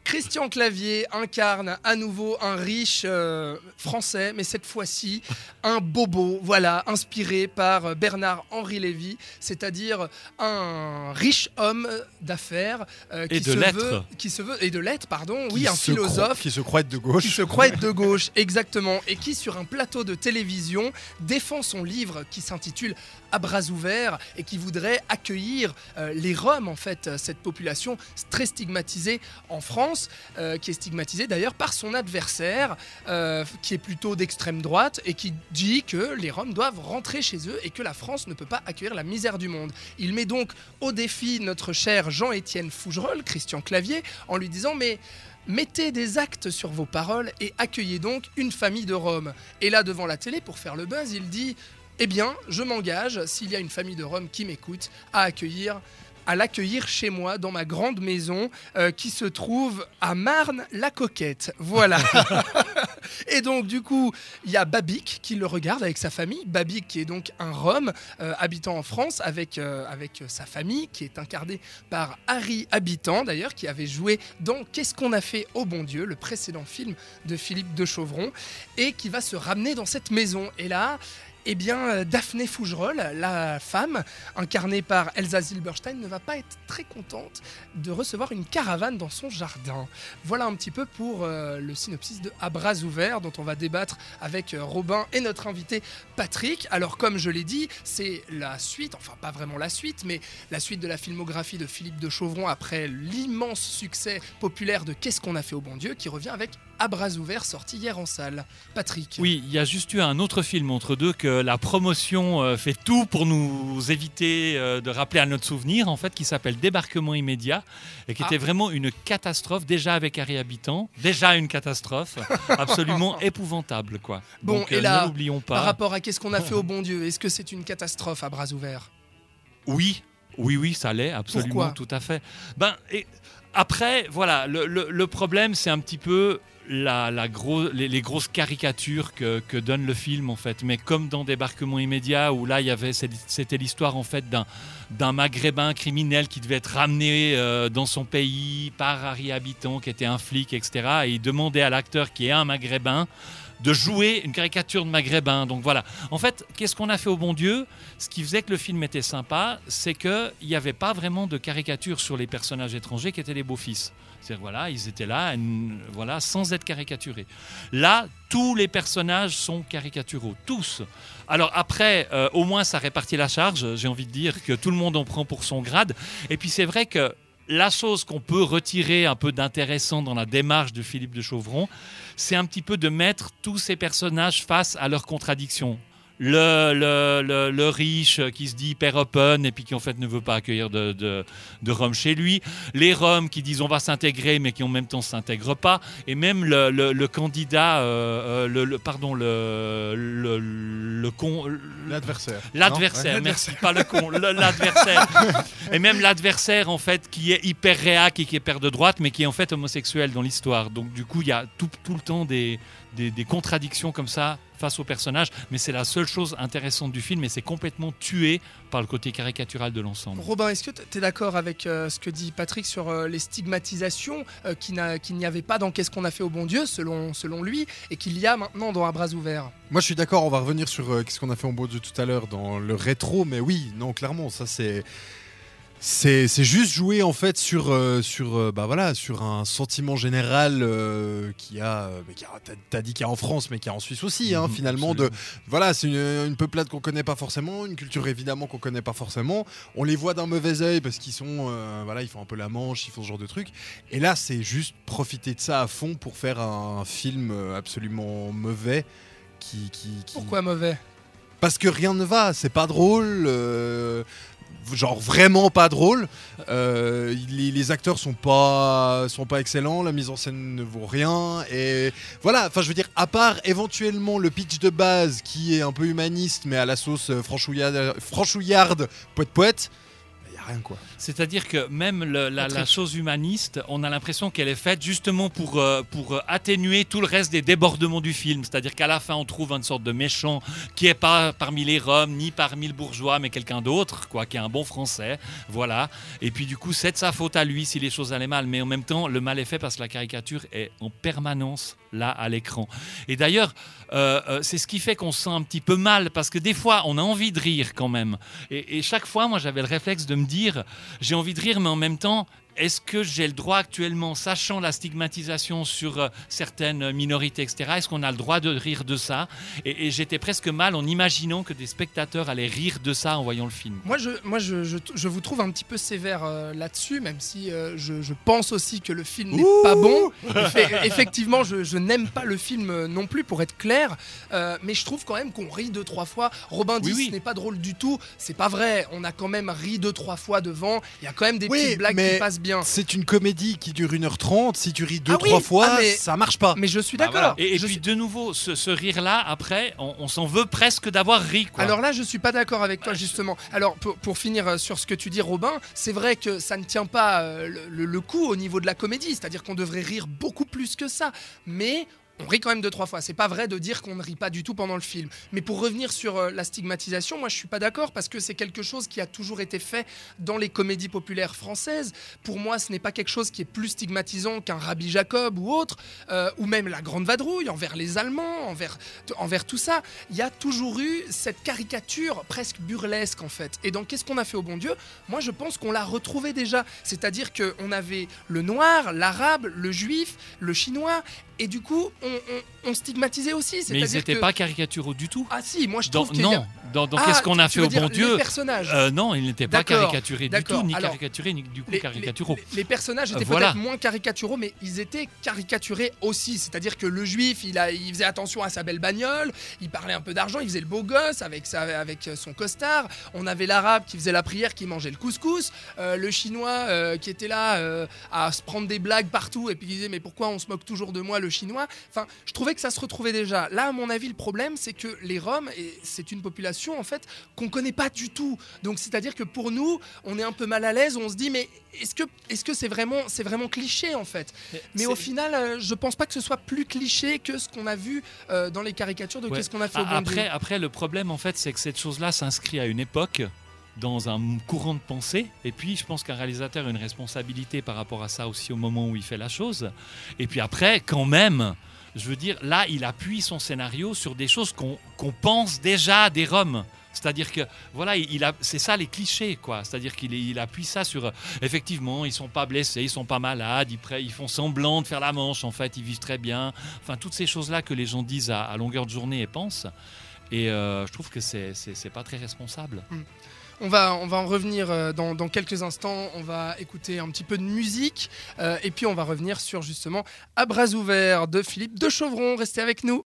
Christian Clavier incarne à nouveau un riche français, mais cette fois-ci un bobo, voilà, inspiré par Bernard-Henri Lévy, c'est-à-dire un riche homme d'affaires et de lettres, un philosophe qui se croit être de gauche. Qui se croit être de gauche, exactement, et qui sur un plateau de télévision défend son livre qui s'intitule À bras ouverts et qui voudrait accueillir les Roms, en fait, cette population très stigmatisée en France, qui est stigmatisée d'ailleurs par son adversaire, qui est plutôt d'extrême droite et qui dit que les Roms doivent rentrer chez eux et que la France ne peut pas accueillir la misère du monde. Il met donc au défi notre cher Jean-Étienne Fougerolles, Christian Clavier, en lui disant « mais mettez des actes sur vos paroles et accueillez donc une famille de Roms ». Et là, devant la télé, pour faire le buzz, il dit « eh bien, je m'engage, s'il y a une famille de Roms qui m'écoute, à l'accueillir chez moi, dans ma grande maison qui se trouve à Marne-la-Coquette. » Voilà. Et donc, du coup, il y a Babic qui le regarde avec sa famille. Babic qui est donc un Rom habitant en France avec sa famille, qui est incarnée par Harry Habitant, d'ailleurs, qui avait joué dans Qu'est-ce qu'on a fait au bon Dieu, le précédent film de Philippe de Chauvron, et qui va se ramener dans cette maison. Et là, eh bien, Daphné Fougerolles, la femme, incarnée par Elsa Zilberstein, ne va pas être très contente de recevoir une caravane dans son jardin. Voilà un petit peu pour le synopsis de À bras ouverts, dont on va débattre avec Robin et notre invité Patrick. Alors, comme je l'ai dit, c'est la suite, enfin pas vraiment la suite, mais la suite de la filmographie de Philippe de Chauvron après l'immense succès populaire de Qu'est-ce qu'on a fait au bon Dieu, qui revient avec À bras ouverts, sorti hier en salle. Patrick. Oui, il y a juste eu un autre film entre deux que la promotion fait tout pour nous éviter de rappeler à notre souvenir, en fait, qui s'appelle Débarquement immédiat et qui était vraiment une catastrophe, déjà avec Harry Habitant, déjà une catastrophe absolument épouvantable, quoi. Bon, donc, et là, ne l'oublions pas. Par rapport à Qu'est-ce qu'on a fait au bon Dieu, est-ce que c'est une catastrophe À bras ouverts ? Oui, ça l'est, absolument. Pourquoi ? Tout à fait. Après, voilà, le problème, c'est un petit peu les grosses caricatures que donne le film, en fait. Mais comme dans Débarquement immédiat, où là, c'était l'histoire, en fait, d'un Maghrébin criminel qui devait être ramené dans son pays par Harry Habitant, qui était un flic, etc. Et il demandait à l'acteur, qui est un Maghrébin, de jouer une caricature de Maghrébin. Donc voilà. En fait, Qu'est-ce qu'on a fait au bon Dieu ? Ce qui faisait que le film était sympa, c'est qu'il n'y avait pas vraiment de caricature sur les personnages étrangers qui étaient les beaux-fils. C'est-à-dire, voilà, ils étaient là, voilà, sans être caricaturés. Là, tous les personnages sont caricaturaux, tous. Alors après, au moins, ça répartit la charge. J'ai envie de dire que tout le monde en prend pour son grade. Et puis c'est vrai que la chose qu'on peut retirer un peu d'intéressant dans la démarche de Philippe de Chauvron, c'est un petit peu de mettre tous ces personnages face à leurs contradictions. Le riche qui se dit hyper open et puis qui en fait ne veut pas accueillir de Roms chez lui, les Roms qui disent on va s'intégrer mais qui en même temps ne s'intègrent pas, et même le candidat, l'adversaire, merci, pas le con, l'adversaire, et même l'adversaire en fait qui est hyper réac et qui est père de droite mais qui est en fait homosexuel dans l'histoire. Donc du coup il y a tout le temps des contradictions comme ça face au personnage, mais c'est la seule chose intéressante du film et c'est complètement tué par le côté caricatural de l'ensemble. Robin, est-ce que tu es d'accord avec ce que dit Patrick sur les stigmatisations qu'il n'y avait pas dans Qu'est-ce qu'on a fait au bon Dieu, selon lui, et qu'il y a maintenant dans À bras ouverts ? Moi je suis d'accord, on va revenir sur Qu'est-ce qu'on a fait au bon Dieu tout à l'heure dans le rétro, mais oui, non, clairement, ça c'est juste jouer en fait sur un sentiment général t'as dit qu'il y a en France mais qu'il y a en Suisse aussi, finalement, c'est une peuplade qu'on connaît pas forcément, une culture évidemment qu'on connaît pas forcément, on les voit d'un mauvais œil parce qu'ils sont ils font un peu la manche, ils font ce genre de trucs, et là c'est juste profiter de ça à fond pour faire un film absolument mauvais qui... Pourquoi mauvais ? Parce que rien ne va, c'est pas drôle, genre vraiment pas drôle, les acteurs sont pas excellents, la mise en scène ne vaut rien, et voilà, enfin je veux dire, à part éventuellement le pitch de base qui est un peu humaniste mais à la sauce franchouillarde poète, il y a rien, quoi. C'est-à-dire que même la chose humaniste, on a l'impression qu'elle est faite justement pour atténuer tout le reste des débordements du film. C'est-à-dire qu'à la fin, on trouve une sorte de méchant qui n'est pas parmi les Roms, ni parmi le bourgeois, mais quelqu'un d'autre, quoi, qui est un bon Français. Voilà. Et puis du coup, c'est de sa faute à lui si les choses allaient mal. Mais en même temps, le mal est fait parce que la caricature est en permanence là à l'écran. Et d'ailleurs, c'est ce qui fait qu'on se sent un petit peu mal, parce que des fois, on a envie de rire quand même. Et chaque fois, moi, j'avais le réflexe de me dire, j'ai envie de rire, mais en même temps, est-ce que j'ai le droit actuellement, sachant la stigmatisation sur certaines minorités, etc., est-ce qu'on a le droit de rire de ça ? Et j'étais presque mal en imaginant que des spectateurs allaient rire de ça en voyant le film. Moi, je vous trouve un petit peu sévère là-dessus, même si je pense aussi que le film n'est pas bon. Effectivement, je n'aime pas le film non plus, pour être clair, mais je trouve quand même qu'on rit 2-3 fois. Robin dit ce n'est pas drôle du tout, c'est pas vrai. On a quand même ri 2-3 fois devant. Il y a quand même des petites blagues qui passent bien. C'est une comédie qui dure 1h30. Si tu ris 2-3 fois, ça marche pas. Mais je suis d'accord. Voilà. Et puis de nouveau, ce rire-là, après, on s'en veut presque d'avoir ri, quoi. Alors là, je suis pas d'accord avec toi, justement. Alors pour finir sur ce que tu dis, Robin, c'est vrai que ça ne tient pas le coup au niveau de la comédie. C'est-à-dire qu'on devrait rire beaucoup plus que ça. Mais on rit quand même 2-3 fois. C'est pas vrai de dire qu'on ne rit pas du tout pendant le film. Mais pour revenir sur la stigmatisation, moi je suis pas d'accord, parce que c'est quelque chose qui a toujours été fait dans les comédies populaires françaises. Pour moi, ce n'est pas quelque chose qui est plus stigmatisant qu'un Rabbi Jacob ou autre, ou même la Grande Vadrouille envers les Allemands, envers tout ça. Il y a toujours eu cette caricature presque burlesque, en fait. Et donc, qu'est-ce qu'on a fait au bon Dieu ? Moi, je pense qu'on l'a retrouvé déjà. C'est-à-dire qu'on avait le noir, l'arabe, le juif, le chinois. Et du coup, on stigmatisait aussi. Mais ils n'étaient pas caricaturaux du tout. Ah si, moi je trouve qu'il y a... dans qu'est-ce qu'on a fait au bon Dieu ? Les personnages. Non, ils n'étaient pas caricaturés du tout, ni caricaturés, ni du coup caricaturaux. Les personnages étaient peut-être moins caricaturaux, mais ils étaient caricaturés aussi. C'est-à-dire que le juif, il faisait attention à sa belle bagnole, il parlait un peu d'argent, il faisait le beau gosse avec son costard. On avait l'arabe qui faisait la prière, qui mangeait le couscous. Le chinois qui était là à se prendre des blagues partout et puis il disait mais pourquoi on se moque toujours de moi, le chinois ? Enfin, je trouvais que ça se retrouvait déjà. Là, à mon avis, le problème, c'est que les Roms, et c'est une population en fait qu'on connaît pas du tout. Donc, c'est-à-dire que pour nous, on est un peu mal à l'aise. On se dit, mais est-ce que c'est vraiment cliché en fait ? Mais au final, je pense pas que ce soit plus cliché que ce qu'on a vu dans les caricatures de qu'est-ce qu'on a fait au bon Dieu. Après, le problème en fait, c'est que cette chose-là s'inscrit à une époque, dans un courant de pensée, et puis je pense qu'un réalisateur a une responsabilité par rapport à ça aussi au moment où il fait la chose. Et puis après, quand même, je veux dire, là, il appuie son scénario sur des choses qu'on pense déjà des Roms. C'est-à-dire que, voilà, c'est ça les clichés, quoi. C'est-à-dire qu'il appuie ça sur, effectivement, ils sont pas blessés, ils sont pas malades, ils font semblant de faire la manche, en fait, ils vivent très bien. Enfin, toutes ces choses-là que les gens disent à longueur de journée et pensent. Et je trouve que c'est pas très responsable. On va en revenir dans quelques instants. On va écouter un petit peu de musique et puis on va revenir sur justement À bras ouverts de Philippe de Chauvron. Restez avec nous.